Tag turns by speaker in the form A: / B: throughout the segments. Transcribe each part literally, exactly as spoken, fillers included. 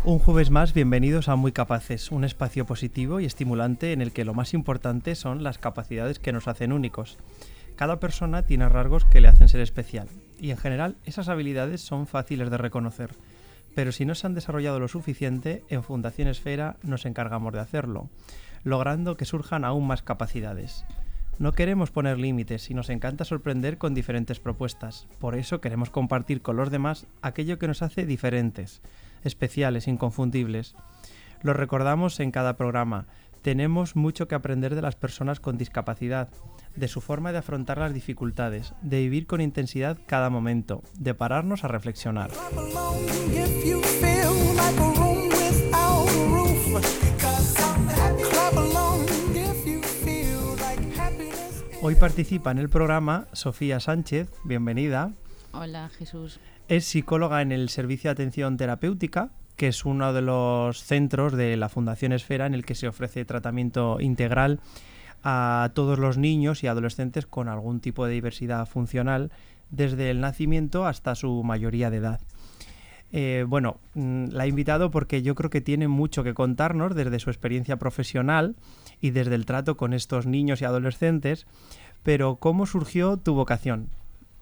A: Un jueves más, bienvenidos a Muy Capaces, un espacio positivo y estimulante en el que lo más importante son las capacidades que nos hacen únicos. Cada persona tiene rasgos que le hacen ser especial y en general esas habilidades son fáciles de reconocer. Pero si no se han desarrollado lo suficiente, en Fundación Esfera nos encargamos de hacerlo, logrando que surjan aún más capacidades. No queremos poner límites y nos encanta sorprender con diferentes propuestas. Por eso queremos compartir con los demás aquello que nos hace diferentes, especiales, inconfundibles. Lo recordamos en cada programa. Tenemos mucho que aprender de las personas con discapacidad, de su forma de afrontar las dificultades, de vivir con intensidad cada momento, de pararnos a reflexionar. Hoy participa en el programa Sofía Sánchez, bienvenida.
B: Hola, Jesús.
A: Es psicóloga en el Servicio de Atención Terapéutica, que es uno de los centros de la Fundación Esfera en el que se ofrece tratamiento integral a todos los niños y adolescentes con algún tipo de diversidad funcional, desde el nacimiento hasta su mayoría de edad. Eh, bueno, la he invitado porque yo creo que tiene mucho que contarnos desde su experiencia profesional y desde el trato con estos niños y adolescentes, pero ¿cómo surgió tu vocación?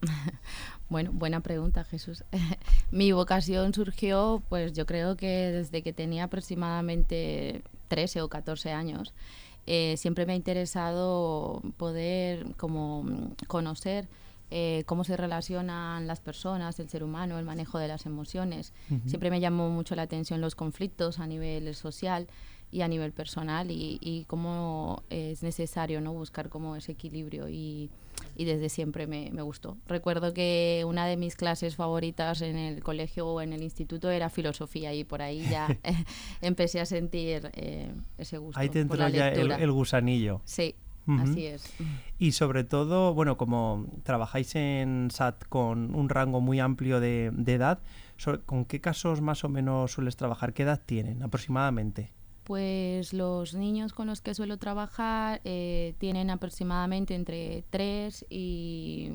B: Bueno, buena pregunta, Jesús. Mi vocación surgió, pues yo creo que desde que tenía aproximadamente trece o catorce años. Eh, siempre me ha interesado poder como conocer eh, cómo se relacionan las personas, el ser humano, el manejo de las emociones. Uh-huh. Siempre me llamó mucho la atención los conflictos a nivel social y a nivel personal y, y cómo es necesario, ¿no?, buscar como ese equilibrio y, y desde siempre me, me gustó. Recuerdo que una de mis clases favoritas en el colegio o en el instituto era filosofía y por ahí ya empecé a sentir eh, ese gusto.
A: Ahí te entró
B: por la
A: ya el,
B: lectura.
A: el gusanillo.
B: Sí.
A: Uh-huh.
B: Así es.
A: Y sobre todo, bueno, como trabajáis en S A T con un rango muy amplio de, de edad, ¿con qué casos más o menos sueles trabajar? ¿Qué edad tienen aproximadamente?
B: Pues los niños con los que suelo trabajar eh, tienen aproximadamente entre tres y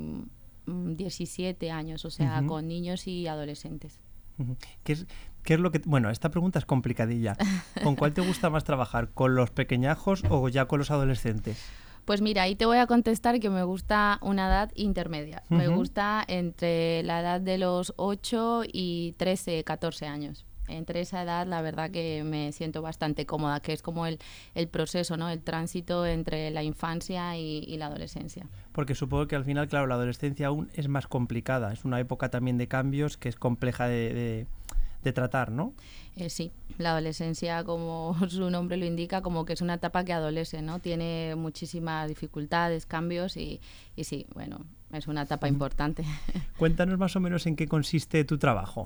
B: diecisiete años, o sea, uh-huh. con niños y adolescentes.
A: Uh-huh. ¿Qué es, qué es lo que...? Bueno, esta pregunta es complicadilla. ¿Con cuál te gusta más trabajar? ¿Con los pequeñajos o ya con los adolescentes?
B: Pues mira, ahí te voy a contestar que me gusta una edad intermedia. Uh-huh. Me gusta entre la edad de los ocho y trece, catorce años. Entre esa edad, la verdad que me siento bastante cómoda, que es como el, el proceso, ¿no?, el tránsito entre la infancia y, y la adolescencia.
A: Porque supongo que al final, claro, la adolescencia aún es más complicada. Es una época también de cambios que es compleja de, de, de tratar, ¿no?
B: Eh, sí, la adolescencia, como su nombre lo indica, como que es una etapa que adolece, ¿no? Tiene muchísimas dificultades, cambios y, y sí, bueno, es una etapa uh-huh. importante.
A: Cuéntanos más o menos en qué consiste tu trabajo.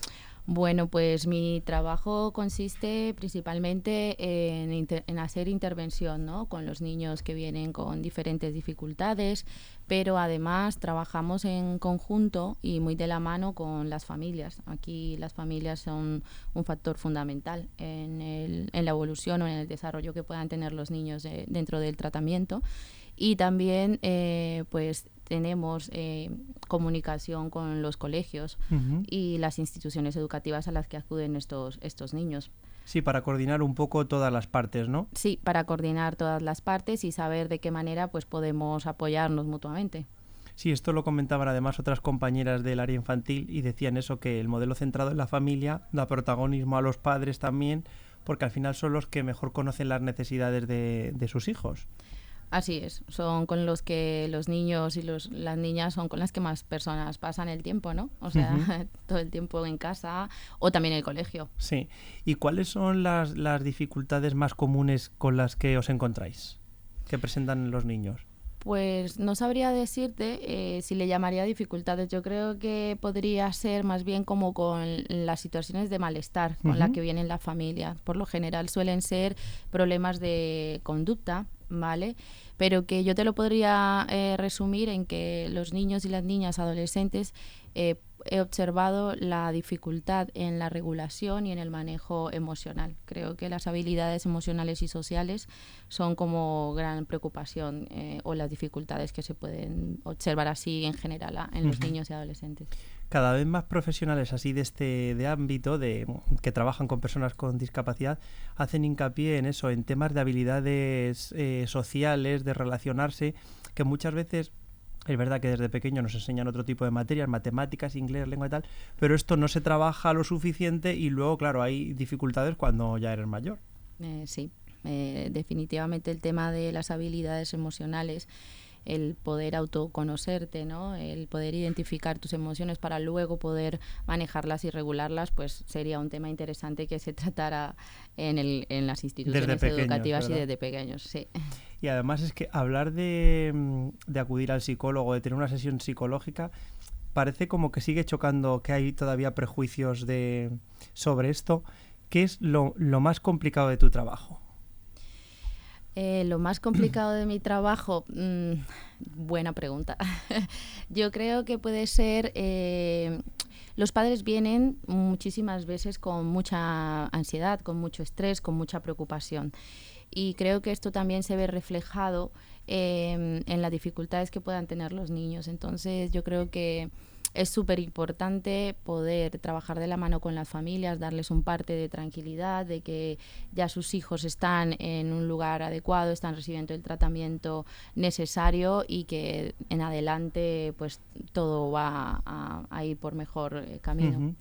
B: Bueno, pues mi trabajo consiste principalmente en, inter- en hacer intervención, ¿no?, con los niños que vienen con diferentes dificultades, pero además trabajamos en conjunto y muy de la mano con las familias. Aquí las familias son un factor fundamental en, el, en la evolución o en el desarrollo que puedan tener los niños de, dentro del tratamiento. Y también, eh, pues, tenemos eh, comunicación con los colegios uh-huh. y las instituciones educativas a las que acuden estos, estos niños.
A: Sí, para coordinar un poco todas las partes, ¿no?
B: Sí, para coordinar todas las partes y saber de qué manera pues podemos apoyarnos mutuamente.
A: Sí, esto lo comentaban además otras compañeras del área infantil y decían eso, que el modelo centrado en la familia da protagonismo a los padres también, porque al final son los que mejor conocen las necesidades de, de sus hijos.
B: Así es, son con los que los niños y los, las niñas son con las que más personas pasan el tiempo, ¿no? O sea, uh-huh. todo el tiempo en casa o también en el colegio.
A: Sí. ¿Y cuáles son las, las dificultades más comunes con las que os encontráis, que presentan los niños?
B: Pues no sabría decirte eh, si le llamaría dificultades. Yo creo que podría ser más bien como con las situaciones de malestar con uh-huh. la que viene la familia. Por lo general suelen ser problemas de conducta, ¿vale? Pero que yo te lo podría eh, resumir en que los niños y las niñas adolescentes eh, he observado la dificultad en la regulación y en el manejo emocional. Creo que las habilidades emocionales y sociales son como gran preocupación eh, o las dificultades que se pueden observar así en general a, en los uh-huh. niños y adolescentes.
A: cada vez más profesionales así de este de ámbito, de que trabajan con personas con discapacidad, hacen hincapié en eso, en temas de habilidades eh, sociales, de relacionarse, que muchas veces es verdad que desde pequeño nos enseñan otro tipo de materias, matemáticas, inglés, lengua y tal, pero esto no se trabaja lo suficiente y luego, claro, hay dificultades cuando ya eres mayor.
B: Eh, sí, eh, definitivamente el tema de las habilidades emocionales, el poder autoconocerte, ¿no? El poder identificar tus emociones para luego poder manejarlas y regularlas, pues sería un tema interesante que se tratara en, el, en las instituciones
A: pequeños,
B: educativas,
A: ¿verdad?
B: Y desde pequeños, sí.
A: Y además es que hablar de, de acudir al psicólogo, de tener una sesión psicológica, parece como que sigue chocando, que hay todavía prejuicios de, sobre esto. ¿Qué es lo, lo más complicado de tu trabajo?
B: Eh, lo más complicado de mi trabajo, mmm, buena pregunta. Yo creo que puede ser, eh, los padres vienen muchísimas veces con mucha ansiedad, con mucho estrés, con mucha preocupación. Y creo que esto también se ve reflejado eh, en las dificultades que puedan tener los niños. Entonces yo creo que es súper importante poder trabajar de la mano con las familias, darles un parte de tranquilidad, de que ya sus hijos están en un lugar adecuado, están recibiendo el tratamiento necesario y que en adelante pues todo va a, a ir por mejor eh, camino.
A: Uh-huh.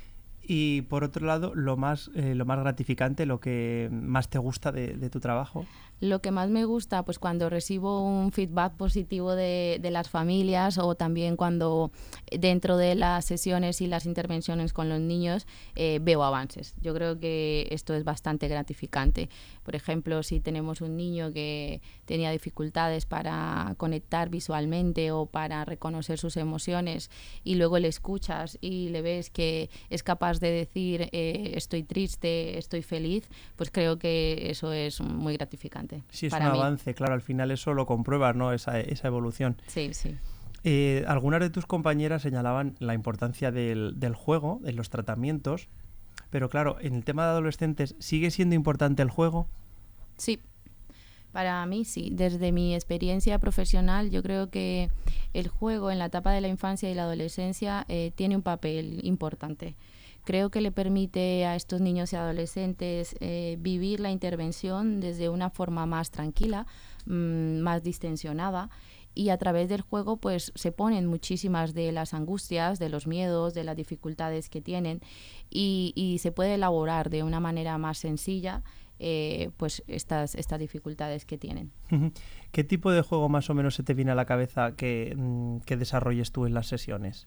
A: Y por otro lado, lo más, eh, lo más gratificante, lo que más te gusta de, de tu trabajo.
B: Lo que más me gusta, pues cuando recibo un feedback positivo de, de las familias o también cuando dentro de las sesiones y las intervenciones con los niños eh, veo avances. Yo creo que esto es bastante gratificante. Por ejemplo, si tenemos un niño que tenía dificultades para conectar visualmente o para reconocer sus emociones y luego le escuchas y le ves que es capaz de decir eh, estoy triste, estoy feliz, pues creo que eso es muy gratificante.
A: Sí, es
B: para
A: un
B: mí.
A: avance, claro, al final eso lo compruebas, ¿no? Esa, esa evolución.
B: Sí, sí.
A: Eh, algunas de tus compañeras señalaban la importancia del, del juego en los tratamientos, pero claro, en el tema de adolescentes, ¿sigue siendo importante el juego?
B: Sí, para mí sí. Desde mi experiencia profesional, yo creo que el juego en la etapa de la infancia y la adolescencia eh, tiene un papel importante. Creo que le permite a estos niños y adolescentes eh, vivir la intervención desde una forma más tranquila, mmm, más distensionada, y a través del juego pues se ponen muchísimas de las angustias, de los miedos, de las dificultades que tienen y, y se puede elaborar de una manera más sencilla eh, pues estas, estas dificultades que tienen.
A: ¿Qué tipo de juego más o menos se te viene a la cabeza que, que desarrolles tú en las sesiones?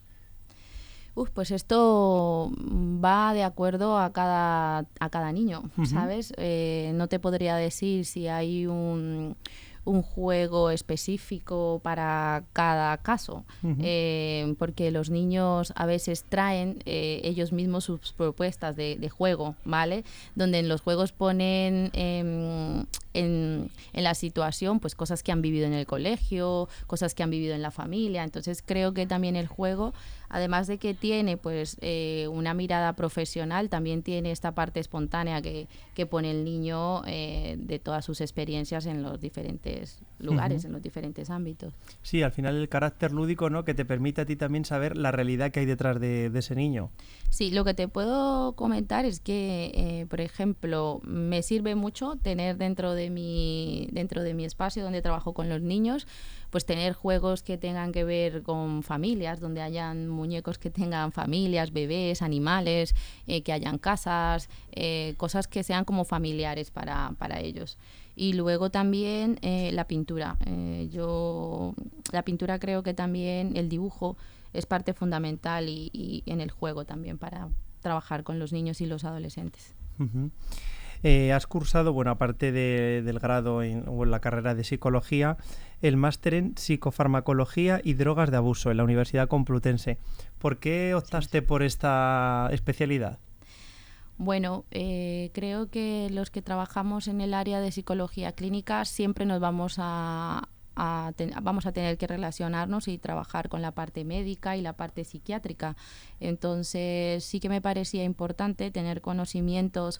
B: Uf, pues esto va de acuerdo a cada, a cada niño, uh-huh. ¿sabes? Eh, no te podría decir si hay un, un juego específico para cada caso, uh-huh. eh, porque los niños a veces traen eh, ellos mismos sus propuestas de, de juego, ¿vale? Donde en los juegos ponen eh, en, en la situación pues cosas que han vivido en el colegio, cosas que han vivido en la familia. Entonces creo que también el juego, además de que tiene pues eh, una mirada profesional, también tiene esta parte espontánea que, que pone el niño eh, de todas sus experiencias en los diferentes lugares, uh-huh. en los diferentes ámbitos.
A: Sí, al final el carácter lúdico, ¿no? Que te permite a ti también saber la realidad que hay detrás de, de ese niño.
B: Sí, lo que te puedo comentar es que, eh, por ejemplo, me sirve mucho tener dentro de mi dentro de mi espacio donde trabajo con los niños, pues tener juegos que tengan que ver con familias, donde hayan muñecos que tengan familias, bebés, animales, eh, que hayan casas, eh, cosas que sean como familiares para, para ellos. Y luego también eh, la pintura. Eh, yo la pintura creo que también el dibujo es parte fundamental y, y en el juego también para trabajar con los niños y los adolescentes.
A: Uh-huh. Eh, has cursado, bueno, aparte de, del grado en, o en la carrera de psicología, el máster en psicofarmacología y drogas de abuso en la Universidad Complutense. ¿Por qué optaste sí. por esta especialidad?
B: Bueno, eh, creo que los que trabajamos en el área de psicología clínica siempre nos vamos a, a ten, vamos a tener que relacionarnos y trabajar con la parte médica y la parte psiquiátrica. Entonces sí que me parecía importante tener conocimientos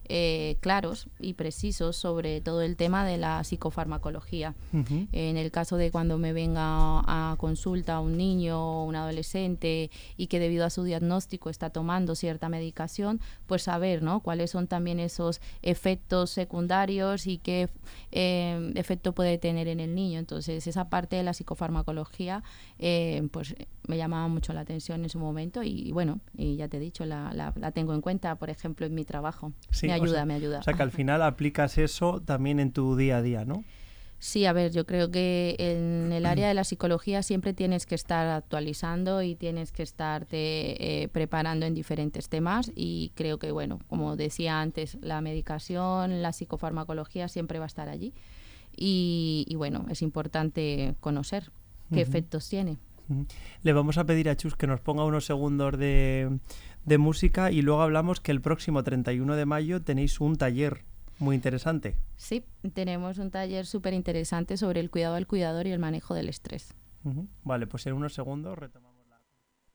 B: eh, claros y precisos sobre todo el tema de la psicofarmacología. Uh-huh. En el caso de cuando me venga a consulta un niño o un adolescente y que debido a su diagnóstico está tomando cierta medicación, pues saber, ¿no?, cuáles son también esos efectos secundarios y qué eh, efecto puede tener en el niño. Entonces esa parte de la psicofarmacología eh, pues me llamaba mucho la atención en su momento y, y bueno, y ya te he dicho, la, la, la tengo en cuenta, por ejemplo, en mi trabajo.
A: Sí,
B: me ayuda,
A: o sea,
B: me ayuda.
A: O sea, que al final aplicas eso también en tu día a día, ¿no?
B: Sí, a ver, yo creo que en el área de la psicología siempre tienes que estar actualizando y tienes que estarte eh, preparando en diferentes temas y creo que, bueno, como decía antes, la medicación, la psicofarmacología siempre va a estar allí y, y bueno, es importante conocer qué uh-huh. efectos tiene.
A: Le vamos a pedir a Chus que nos ponga unos segundos de, de música y luego hablamos que el próximo treinta y uno de mayo tenéis un taller muy interesante.
B: Sí, tenemos un taller súper interesante sobre el cuidado al cuidador y el manejo del estrés.
A: Uh-huh. Vale, pues en unos segundos retomamos la...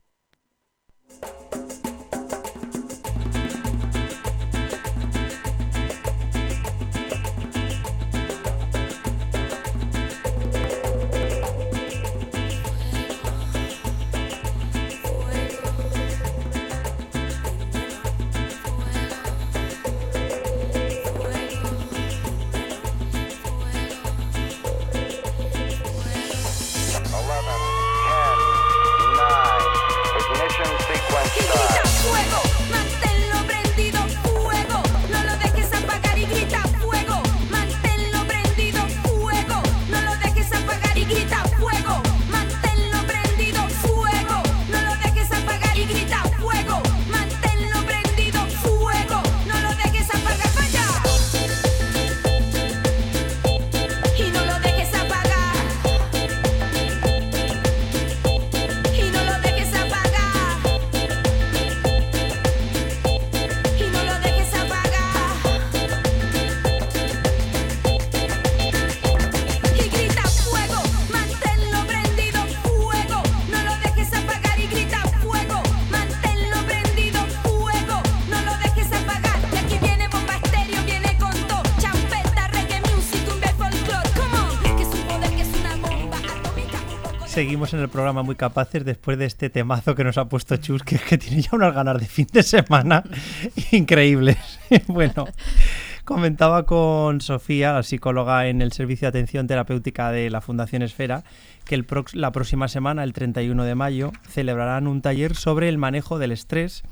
A: Seguimos en el programa Muy Capaces después de este temazo que nos ha puesto Chus, que, que tiene ya unas ganas de fin de semana increíbles. Bueno, comentaba con Sofía, la psicóloga en el Servicio de Atención Terapéutica de la Fundación Esfera, que el prox- la próxima semana, el treinta y uno de mayo, celebrarán un taller sobre el manejo del estrés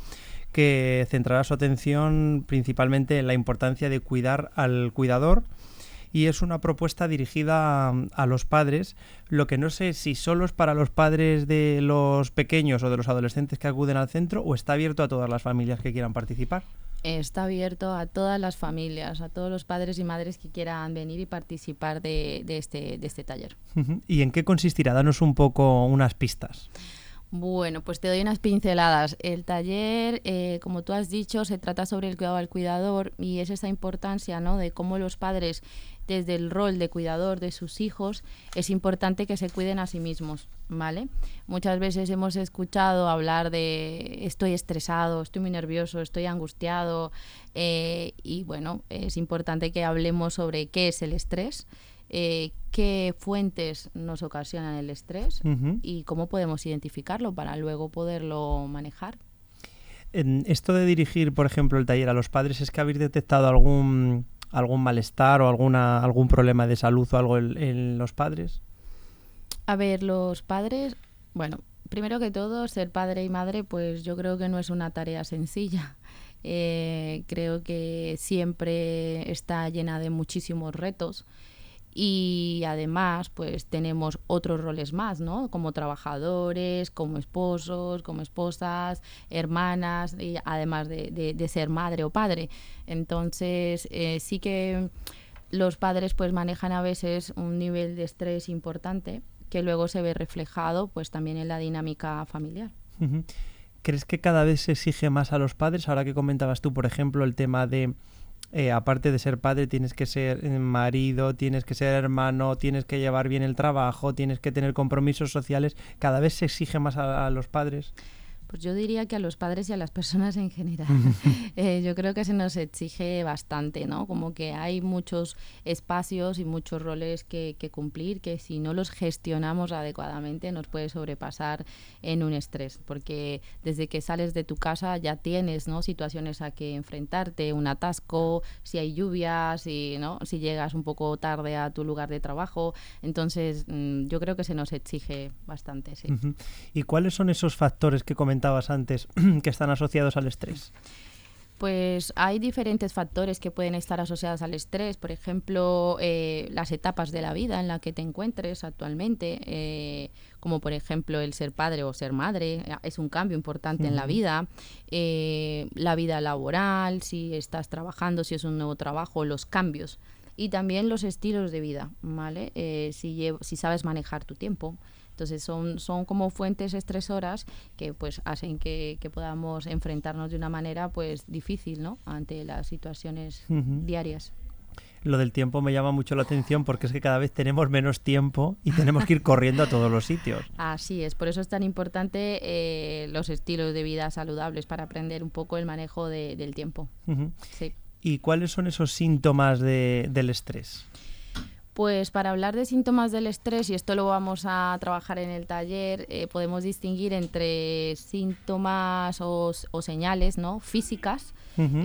A: que centrará su atención principalmente en la importancia de cuidar al cuidador. Y es una propuesta dirigida a, a los padres, lo que no sé si solo es para los padres de los pequeños o de los adolescentes que acuden al centro o está abierto a todas las familias que quieran participar.
B: Está abierto a todas las familias, a todos los padres y madres que quieran venir y participar de, de, este, de este taller.
A: Uh-huh. ¿Y en qué consistirá? Danos un poco unas pistas.
B: Bueno, pues te doy unas pinceladas. El taller, eh, como tú has dicho, se trata sobre el cuidado al cuidador y es esa importancia, ¿no?, de cómo los padres, desde el rol de cuidador de sus hijos, es importante que se cuiden a sí mismos, ¿vale? Muchas veces hemos escuchado hablar de estoy estresado, estoy muy nervioso, estoy angustiado eh, y bueno, es importante que hablemos sobre qué es el estrés, Eh, qué fuentes nos ocasionan el estrés uh-huh. y cómo podemos identificarlo para luego poderlo manejar.
A: En esto de dirigir, por ejemplo, el taller a los padres, ¿es que habéis detectado algún, algún malestar o alguna, algún problema de salud o algo en, en los padres?
B: A ver, los padres, bueno, primero que todo, ser padre y madre, pues yo creo que no es una tarea sencilla. Eh, creo que siempre está llena de muchísimos retos. Y además pues tenemos otros roles más, ¿no?, como trabajadores, como esposos, como esposas, hermanas, y además de, de, de ser madre o padre. Entonces eh, sí que los padres pues manejan a veces un nivel de estrés importante que luego se ve reflejado pues también en la dinámica familiar.
A: Uh-huh. ¿Crees que cada vez se exige más a los padres? Ahora que comentabas tú, por ejemplo, el tema de Eh, aparte de ser padre, tienes que ser marido, tienes que ser hermano, tienes que llevar bien el trabajo, tienes que tener compromisos sociales. ¿Cada vez se exige más a, a los padres?
B: Pues yo diría que a los padres y a las personas en general. eh, yo creo que se nos exige bastante, ¿no? Como que hay muchos espacios y muchos roles que, que cumplir que si no los gestionamos adecuadamente nos puede sobrepasar en un estrés, porque desde que sales de tu casa ya tienes, ¿no?, situaciones a que enfrentarte, un atasco, si hay lluvia, si, ¿no?, si llegas un poco tarde a tu lugar de trabajo. Entonces mmm, yo creo que se nos exige bastante, sí.
A: Uh-huh. ¿Y cuáles son esos factores que comentabas antes que están asociados al estrés?
B: Pues hay diferentes factores que pueden estar asociados al estrés, por ejemplo, eh, las etapas de la vida en la que te encuentres actualmente, eh, como por ejemplo el ser padre o ser madre, es un cambio importante uh-huh. en la vida, eh, la vida laboral, si estás trabajando, si es un nuevo trabajo, los cambios, y también los estilos de vida, ¿vale? Eh, si, llevo, si sabes manejar tu tiempo. Entonces son, son como fuentes estresoras que pues hacen que, que podamos enfrentarnos de una manera pues difícil, ¿no?, ante las situaciones uh-huh. diarias.
A: Lo del tiempo me llama mucho la atención porque es que cada vez tenemos menos tiempo y tenemos que ir corriendo a todos los sitios.
B: Así es, por eso es tan importante eh, los estilos de vida saludables para aprender un poco el manejo de, del tiempo.
A: Uh-huh.
B: Sí.
A: ¿Y cuáles son esos síntomas de, del estrés?
B: Pues para hablar de síntomas del estrés, y esto lo vamos a trabajar en el taller, eh, podemos distinguir entre síntomas o, o señales, ¿no?, físicas. Uh-huh.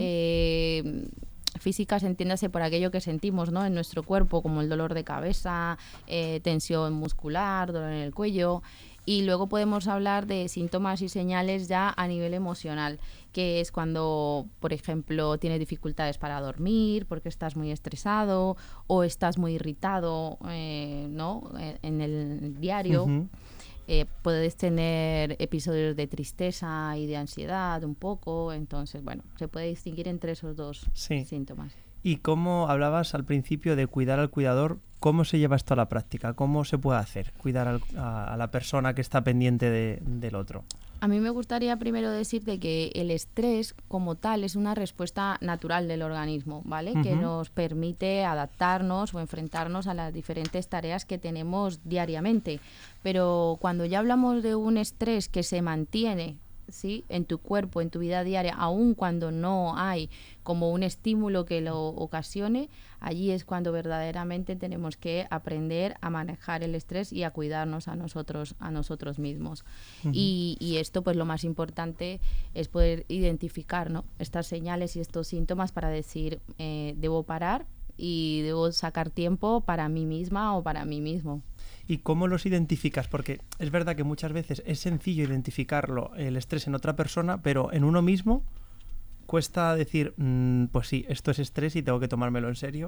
B: Eh, físicas, entiéndase por aquello que sentimos, ¿no?, en nuestro cuerpo, como el dolor de cabeza, eh, tensión muscular, dolor en el cuello. Y luego podemos hablar de síntomas y señales ya a nivel emocional, que es cuando, por ejemplo, tienes dificultades para dormir porque estás muy estresado o estás muy irritado, eh, ¿no?, en el diario. Uh-huh. Eh, puedes tener episodios de tristeza y de ansiedad un poco. Entonces, bueno, se puede distinguir entre esos dos sí. síntomas.
A: Y cómo hablabas al principio de cuidar al cuidador, ¿cómo se lleva esto a la práctica? ¿Cómo se puede hacer? Cuidar al, a, a la persona que está pendiente de, del otro.
B: A mí me gustaría primero decirte que el estrés como tal es una respuesta natural del organismo, ¿vale? Uh-huh. Que nos permite adaptarnos o enfrentarnos a las diferentes tareas que tenemos diariamente. Pero cuando ya hablamos de un estrés que se mantiene, ¿sí?, en tu cuerpo, en tu vida diaria, aun cuando no hay como un estímulo que lo ocasione, allí es cuando verdaderamente tenemos que aprender a manejar el estrés y a cuidarnos a nosotros, a nosotros mismos. Uh-huh. Y, y esto, pues lo más importante es poder identificar, ¿no?, estas señales y estos síntomas para decir, eh, debo parar y debo sacar tiempo para mí misma o para mí mismo.
A: ¿Y cómo los identificas? Porque es verdad que muchas veces es sencillo identificarlo, el estrés en otra persona, pero en uno mismo cuesta decir, mmm, pues sí, esto es estrés y tengo que tomármelo en serio.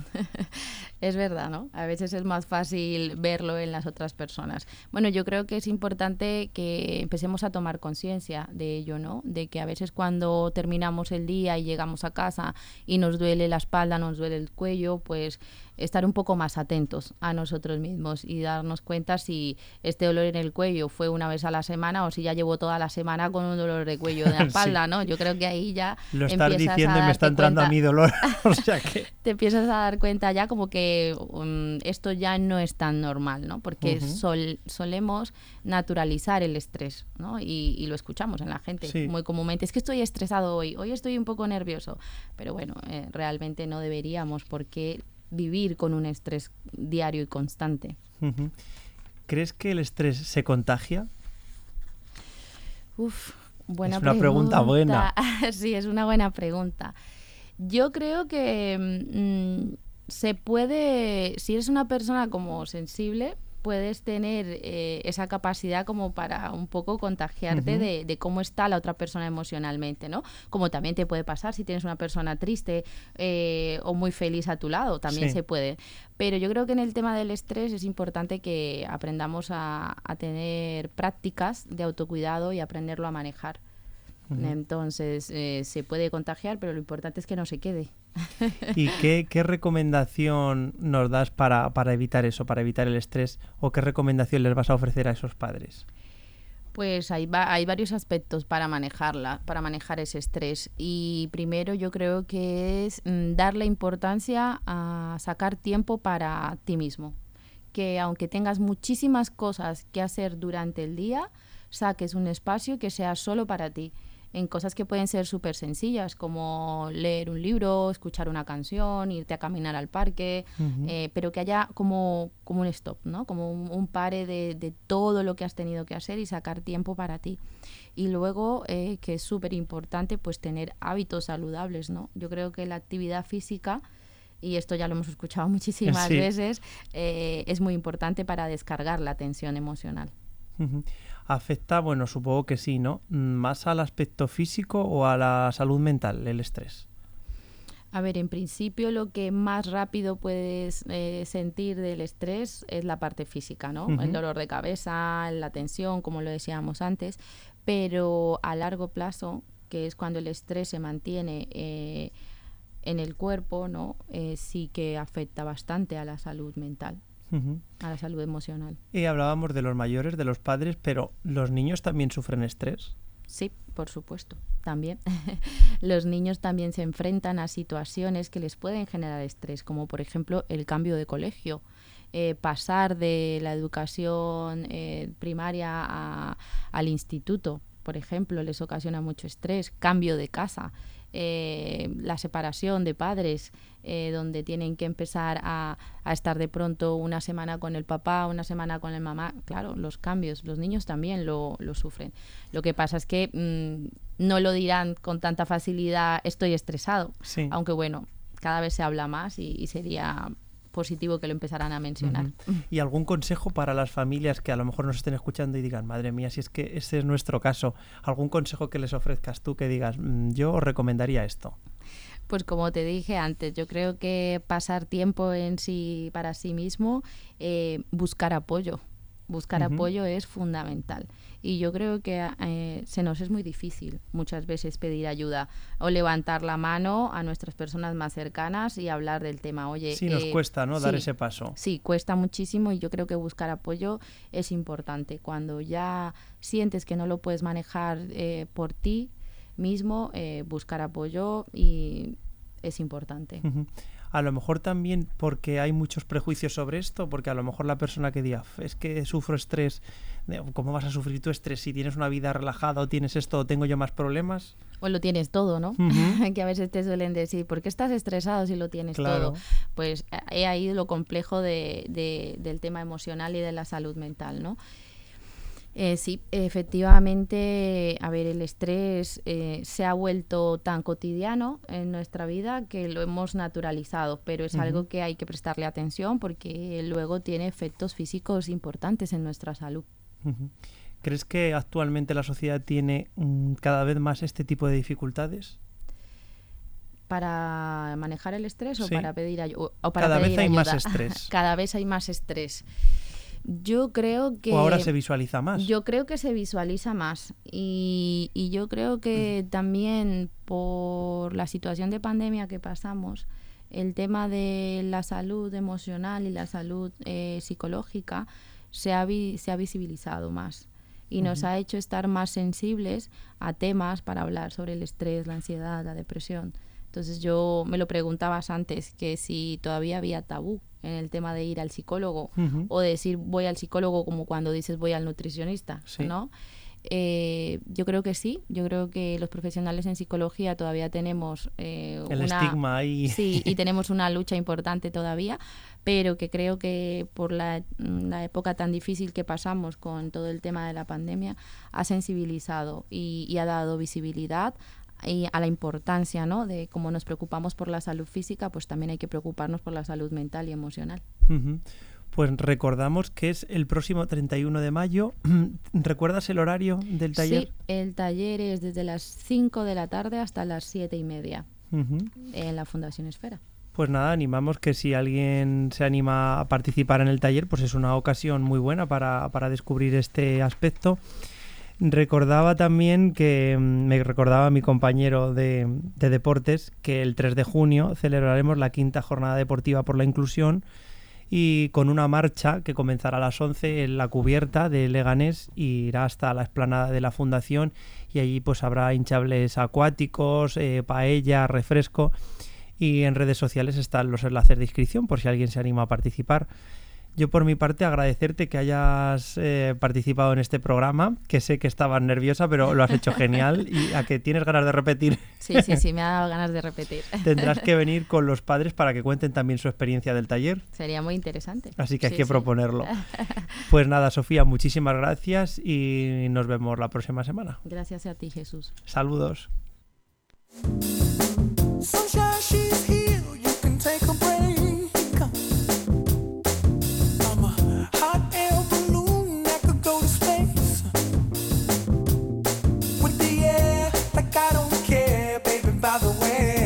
B: Es verdad, ¿no? A veces es más fácil verlo en las otras personas. Bueno, yo creo que es importante que empecemos a tomar conciencia de ello, ¿no? De que a veces cuando terminamos el día y llegamos a casa y nos duele la espalda, nos duele el cuello, pues estar un poco más atentos a nosotros mismos y darnos cuenta si este dolor en el cuello fue una vez a la semana o si ya llevo toda la semana con un dolor de cuello de la espalda, sí. ¿no? Yo creo que ahí ya
A: lo estás diciendo y me está entrando cuenta, a mi dolor. O sea que
B: te empiezas a dar cuenta ya como que um, esto ya no es tan normal, ¿no? Porque uh-huh. sol, solemos naturalizar el estrés, ¿no? Y, y lo escuchamos en la gente sí. muy comúnmente. Es que estoy estresado hoy, hoy estoy un poco nervioso. Pero bueno, eh, realmente no deberíamos porque vivir con un estrés diario y constante.
A: Uh-huh. ¿Crees que el estrés se contagia?
B: Uf, buena
A: es una pregunta, pregunta buena.
B: Sí, es una buena pregunta. Yo creo que mmm, se puede, si eres una persona como sensible, puedes tener eh, esa capacidad como para un poco contagiarte uh-huh. de, de cómo está la otra persona emocionalmente, ¿no? Como también te puede pasar si tienes una persona triste eh, o muy feliz a tu lado, también sí. se puede. Pero yo creo que en el tema del estrés es importante que aprendamos a, a tener prácticas de autocuidado y aprenderlo a manejar. Uh-huh. Entonces, eh, se puede contagiar, pero lo importante es que no se quede.
A: ¿Y qué, qué recomendación nos das para, para evitar eso, para evitar el estrés? ¿O qué recomendación les vas a ofrecer a esos padres?
B: Pues hay, va, hay varios aspectos para manejarla, para manejar ese estrés. Y primero yo creo que es mm, darle importancia a sacar tiempo para ti mismo. Que aunque tengas muchísimas cosas que hacer durante el día, saques un espacio que sea solo para ti, en cosas que pueden ser súper sencillas, como leer un libro, escuchar una canción, irte a caminar al parque, uh-huh. eh, pero que haya como, como un stop, ¿no? Como un, un pare de, de todo lo que has tenido que hacer y sacar tiempo para ti. Y luego, eh, que es súper importante, pues tener hábitos saludables, ¿no? Yo creo que la actividad física, y esto ya lo hemos escuchado muchísimas
A: sí.
B: veces, eh, es muy importante para descargar la tensión emocional.
A: Uh-huh. ¿Afecta? Bueno, supongo que sí, ¿no? ¿Más al aspecto físico o a la salud mental, el estrés?
B: A ver, en principio lo que más rápido puedes eh, sentir del estrés es la parte física, ¿no? Uh-huh. El dolor de cabeza, la tensión, como lo decíamos antes, pero a largo plazo, que es cuando el estrés se mantiene eh, en el cuerpo, ¿no? Eh, sí que afecta bastante a la salud mental. Uh-huh. A la salud emocional.
A: Y hablábamos de los mayores, de los padres, pero ¿los niños también sufren estrés?
B: Sí, por supuesto, también. Los niños también se enfrentan a situaciones que les pueden generar estrés, como por ejemplo el cambio de colegio. Eh, pasar de la educación eh, primaria a, al instituto, por ejemplo, les ocasiona mucho estrés. Cambio de casa. Eh, la separación de padres, eh, donde tienen que empezar a, a estar de pronto una semana con el papá, una semana con el mamá. Claro, los cambios, los niños también lo, lo sufren. Lo que pasa es que mmm, no lo dirán con tanta facilidad, estoy estresado. Sí. Aunque bueno, cada vez se habla más y, y sería positivo que lo empezaran a mencionar.
A: Uh-huh. ¿Y algún consejo para las familias que a lo mejor nos estén escuchando y digan, madre mía, si es que ese es nuestro caso? ¿Algún consejo que les ofrezcas tú que digas, mmm, yo os recomendaría esto?
B: Pues como te dije antes, yo creo que pasar tiempo en sí para sí mismo, eh, buscar apoyo. Buscar uh-huh. apoyo es fundamental. Y yo creo que eh, se nos es muy difícil muchas veces pedir ayuda o levantar la mano a nuestras personas más cercanas y hablar del tema. Oye,
A: sí, nos eh, cuesta, ¿no? Sí, dar ese paso.
B: Sí, cuesta muchísimo y yo creo que buscar apoyo es importante. Cuando ya sientes que no lo puedes manejar eh, por ti mismo, eh, buscar apoyo y es importante.
A: Uh-huh. A lo mejor también porque hay muchos prejuicios sobre esto, porque a lo mejor la persona que diga, es que sufro estrés, ¿cómo vas a sufrir tu estrés si tienes una vida relajada o tienes esto o tengo yo más problemas?
B: O lo tienes todo, ¿no? Uh-huh. Que a veces te suelen decir, ¿por qué estás estresado si lo tienes
A: claro.
B: todo? Pues he ahí lo complejo de, de, del tema emocional y de la salud mental, ¿no? Eh, sí, efectivamente, a ver, el estrés eh, se ha vuelto tan cotidiano en nuestra vida que lo hemos naturalizado, pero es uh-huh. algo que hay que prestarle atención porque luego tiene efectos físicos importantes en nuestra salud.
A: Uh-huh. ¿Crees que actualmente la sociedad tiene um, cada vez más este tipo de dificultades?
B: ¿Para manejar el estrés o
A: sí.
B: para pedir ayuda? O para
A: cada
B: pedir
A: vez hay
B: ayuda?
A: más estrés.
B: Cada vez hay más estrés. Yo creo que...
A: ¿O ahora se visualiza más?
B: Yo creo que se visualiza más y, y yo creo que uh-huh. también por la situación de pandemia que pasamos, el tema de la salud emocional y la salud eh, psicológica se ha, vi, se ha visibilizado más y uh-huh. nos ha hecho estar más sensibles a temas para hablar sobre el estrés, la ansiedad, la depresión. Entonces yo me lo preguntabas antes, que si todavía había tabú en el tema de ir al psicólogo uh-huh. o decir voy al psicólogo como cuando dices voy al nutricionista, sí. ¿no? Eh, yo creo que sí, yo creo que los profesionales en psicología todavía tenemos eh,
A: el
B: una,
A: estigma ahí.
B: Sí, y tenemos una lucha importante todavía, pero que creo que por la, la época tan difícil que pasamos con todo el tema de la pandemia ha sensibilizado y, y ha dado visibilidad y a la importancia, ¿no? De cómo nos preocupamos por la salud física, pues también hay que preocuparnos por la salud mental y emocional.
A: Uh-huh. Pues recordamos que es el próximo treinta y uno de mayo. ¿Recuerdas el horario del taller?
B: Sí, el taller es desde las cinco de la tarde hasta las siete y media uh-huh. en la Fundación Esfera.
A: Pues nada, animamos que si alguien se anima a participar en el taller, pues es una ocasión muy buena para, para descubrir este aspecto. Recordaba también que me recordaba mi compañero de, de deportes que el tres de junio celebraremos la quinta jornada deportiva por la inclusión y con una marcha que comenzará a las once en la cubierta de Leganés y irá hasta la explanada de la fundación y allí pues habrá hinchables acuáticos, eh, paella, refresco y en redes sociales están los enlaces de inscripción por si alguien se anima a participar. Yo por mi parte agradecerte que hayas eh, participado en este programa, que sé que estabas nerviosa, pero lo has hecho genial y a que tienes ganas de repetir.
B: Sí, sí, sí, me ha dado ganas de repetir.
A: Tendrás que venir con los padres para que cuenten también su experiencia del taller.
B: Sería muy interesante.
A: Así que hay
B: Sí,
A: que
B: sí.
A: proponerlo. Pues nada, Sofía, muchísimas gracias y nos vemos la próxima semana.
B: Gracias a ti, Jesús.
A: Saludos.
C: Sunshine, she's here, you can take a break. I'm a hot air balloon that could go to space. With the air, like I don't care, baby, by the way.